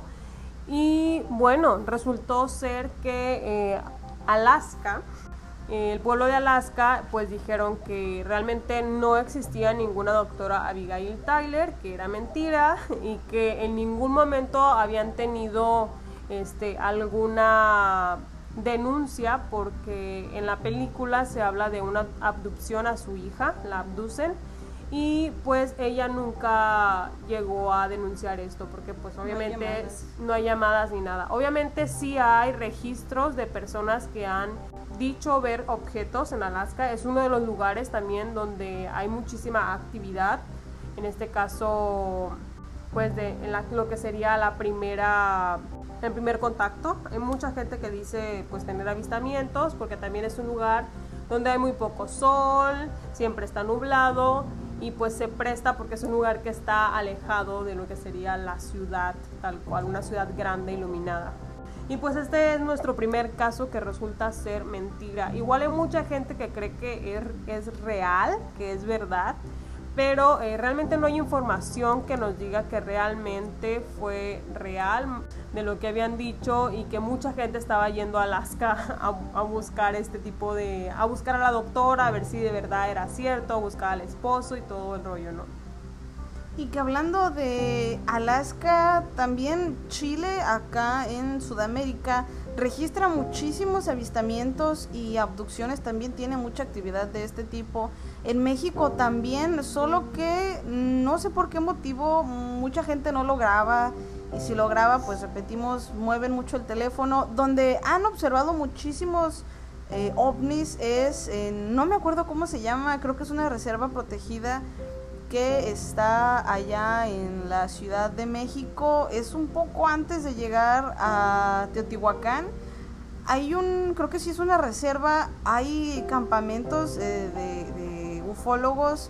B: y bueno, resultó ser que eh, Alaska, el pueblo de Alaska, pues dijeron que realmente no existía ninguna doctora Abigail Tyler, que era mentira y que en ningún momento habían tenido este, alguna denuncia, porque en la película se habla de una abducción a su hija, la abducen, y pues ella nunca llegó a denunciar esto, porque pues obviamente no hay llamadas, no hay llamadas ni nada. Obviamente sí hay registros de personas que han dicho ver objetos en Alaska. Es uno de los lugares también donde hay muchísima actividad, en este caso pues de en la, lo que sería la primera el primer contacto. Hay mucha gente que dice pues tener avistamientos, porque también es un lugar donde hay muy poco sol, siempre está nublado y pues se presta porque es un lugar que está alejado de lo que sería la ciudad tal cual, una ciudad grande iluminada. Y pues este es nuestro primer caso que resulta ser mentira. Igual hay mucha gente que cree que es, es real, que es verdad, pero eh, realmente no hay información que nos diga que realmente fue real de lo que habían dicho, y que mucha gente estaba yendo a Alaska a, a buscar este tipo de, a buscar a la doctora, a ver si de verdad era cierto, a buscar al esposo y todo el rollo, ¿no?
A: Y que hablando de Alaska, también Chile, acá en Sudamérica, registra muchísimos avistamientos y abducciones, también tiene mucha actividad de este tipo. En México también, solo que no sé por qué motivo mucha gente no lo graba, y si lo graba, pues repetimos, mueven mucho el teléfono. Donde han observado muchísimos eh, ovnis es, eh, no me acuerdo cómo se llama, creo que es una reserva protegida que está allá en la Ciudad de México, es un poco antes de llegar a Teotihuacán. Hay un, creo que sí es una reserva, hay campamentos eh, de, de ufólogos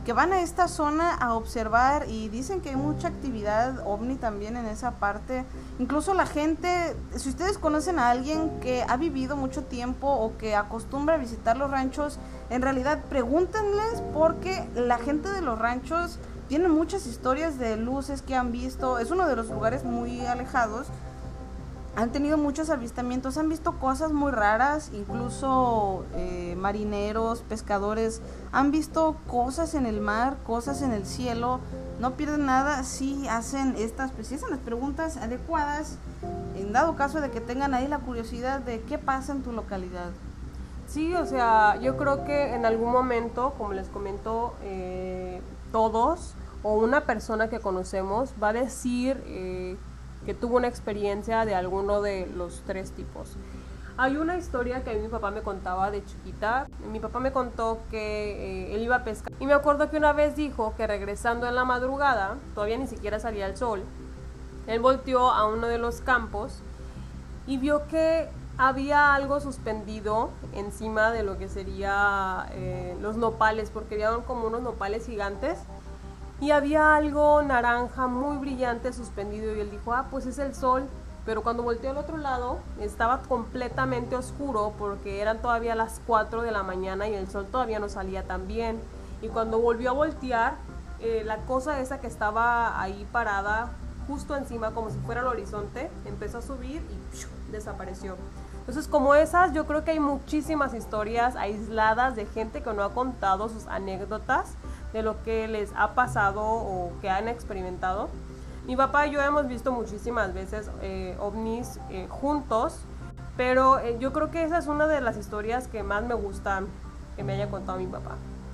A: que van a esta zona a observar y dicen que hay mucha actividad ovni también en esa parte. Incluso la gente, si ustedes conocen a alguien que ha vivido mucho tiempo o que acostumbra a visitar los ranchos, en realidad pregúntenles, porque la gente de los ranchos tiene muchas historias de luces que han visto. Es uno de los lugares muy alejados. Han tenido muchos avistamientos, han visto cosas muy raras, incluso eh, marineros, pescadores, han visto cosas en el mar, cosas en el cielo. No pierden nada si hacen estas, pues, si hacen las preguntas adecuadas, en dado caso de que tengan ahí la curiosidad de qué pasa en tu localidad.
B: Sí, o sea, yo creo que en algún momento, como les comento, eh, todos o una persona que conocemos va a decir eh, que tuvo una experiencia de alguno de los tres tipos. Hay una historia que a mí mi papá me contaba de chiquita. Mi papá me contó que eh, él iba a pescar. Y me acuerdo que una vez dijo que regresando en la madrugada, todavía ni siquiera salía el sol, él volteó a uno de los campos y vio que había algo suspendido encima de lo que sería eh, los nopales, porque había como unos nopales gigantes. Y había algo naranja muy brillante suspendido y él dijo, ah, pues es el sol. Pero cuando volteó al otro lado estaba completamente oscuro porque eran todavía las cuatro de la mañana y el sol todavía no salía tan bien. Y cuando volvió a voltear, eh, la cosa esa que estaba ahí parada justo encima como si fuera el horizonte, empezó a subir y ¡piu!, desapareció. Entonces, como esas, yo creo que hay muchísimas historias aisladas de gente que no ha contado sus anécdotas de lo que les ha pasado o que han experimentado. Mi papá y yo hemos visto muchísimas veces eh, ovnis eh, juntos, pero eh, yo creo que esa es una de las historias que más me gusta que me haya contado mi papá.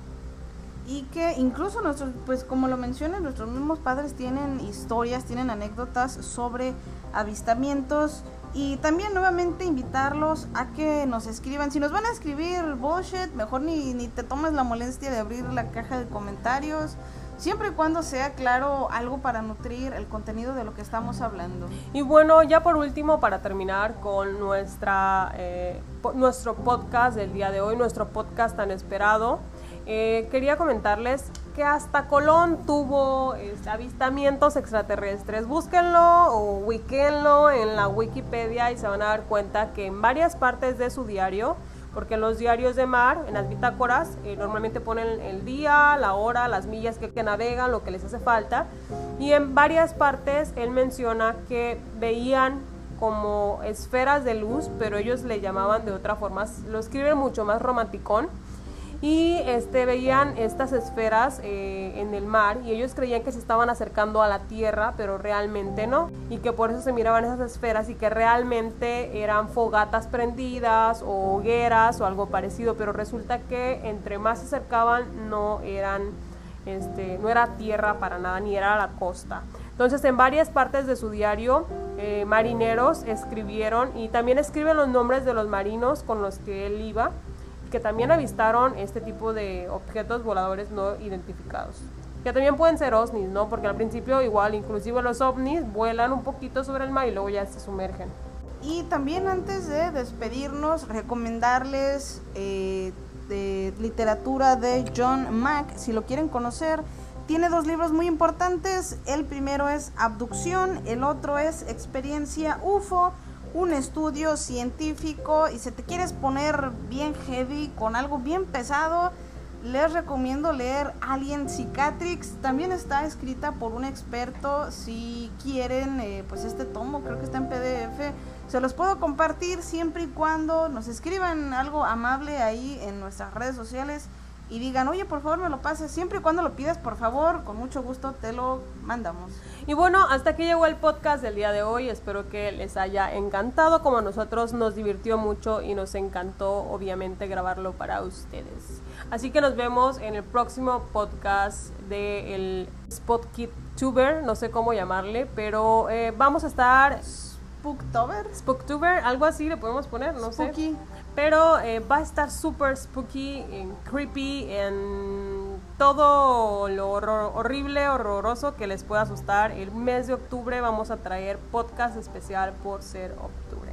A: Y que incluso nuestros, pues como lo mencionan, nuestros mismos padres tienen historias, tienen anécdotas sobre avistamientos. Y también nuevamente invitarlos a que nos escriban. Si nos van a escribir bullshit, mejor ni, ni te tomes la molestia de abrir la caja de comentarios, siempre y cuando sea, claro, algo para nutrir el contenido de lo que estamos hablando.
B: Y bueno, ya por último, para terminar con nuestra eh, po- nuestro podcast del día de hoy, nuestro podcast tan esperado, eh, quería comentarles que hasta Colón tuvo este, avistamientos extraterrestres. Búsquenlo o wikenlo en la Wikipedia y se van a dar cuenta que en varias partes de su diario, porque en los diarios de mar, en las bitácoras, eh, normalmente ponen el día, la hora, las millas que, que navegan, lo que les hace falta, y en varias partes él menciona que veían como esferas de luz, pero ellos le llamaban de otra forma, lo escriben mucho más romanticón. Y este, veían estas esferas eh, en el mar y ellos creían que se estaban acercando a la tierra, pero realmente no, y que por eso se miraban esas esferas y que realmente eran fogatas prendidas o hogueras o algo parecido, pero resulta que entre más se acercaban no eran, este, no era tierra para nada, ni era la costa. Entonces en varias partes de su diario eh, marineros escribieron, y también escriben los nombres de los marinos con los que él iba, que también avistaron este tipo de objetos voladores no identificados, que también pueden ser ovnis, ¿no? Porque al principio igual, inclusive los ovnis vuelan un poquito sobre el mar y luego ya se sumergen.
A: Y también antes de despedirnos, recomendarles eh, de literatura de John Mack, si lo quieren conocer. Tiene dos libros muy importantes, el primero es Abducción, el otro es Experiencia U F O, un estudio científico. Y si te quieres poner bien heavy con algo bien pesado, les recomiendo leer Alien Psychiatrics. También está escrita por un experto. Si quieren, eh, pues este tomo creo que está en P D F, se los puedo compartir siempre y cuando nos escriban algo amable ahí en nuestras redes sociales y digan, oye, por favor me lo pases. Siempre y cuando lo pidas, por favor, con mucho gusto te lo mandamos.
B: Y bueno, hasta aquí llegó el podcast del día de hoy. Espero que les haya encantado, como a nosotros nos divirtió mucho y nos encantó obviamente grabarlo para ustedes. Así que nos vemos en el próximo podcast del Spooktuber, no sé cómo llamarle, pero eh, vamos a estar...
A: Spooktober.
B: Spooktuber, algo así le podemos poner, no
A: Spooky.
B: sé. Pero eh, va a estar súper spooky, en creepy, en todo lo horror, horrible, horroroso que les pueda asustar. El mes de octubre vamos a traer podcast especial por ser octubre.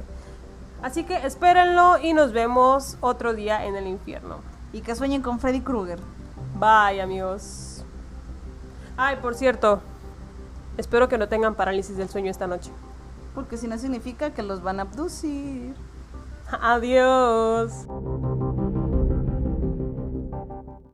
B: Así que espérenlo y nos vemos otro día en el infierno.
A: Y que sueñen con Freddy Krueger.
B: Bye, amigos. Ay, por cierto, espero que no tengan parálisis del sueño esta noche.
A: Porque si no significa que los van a abducir.
B: Adiós.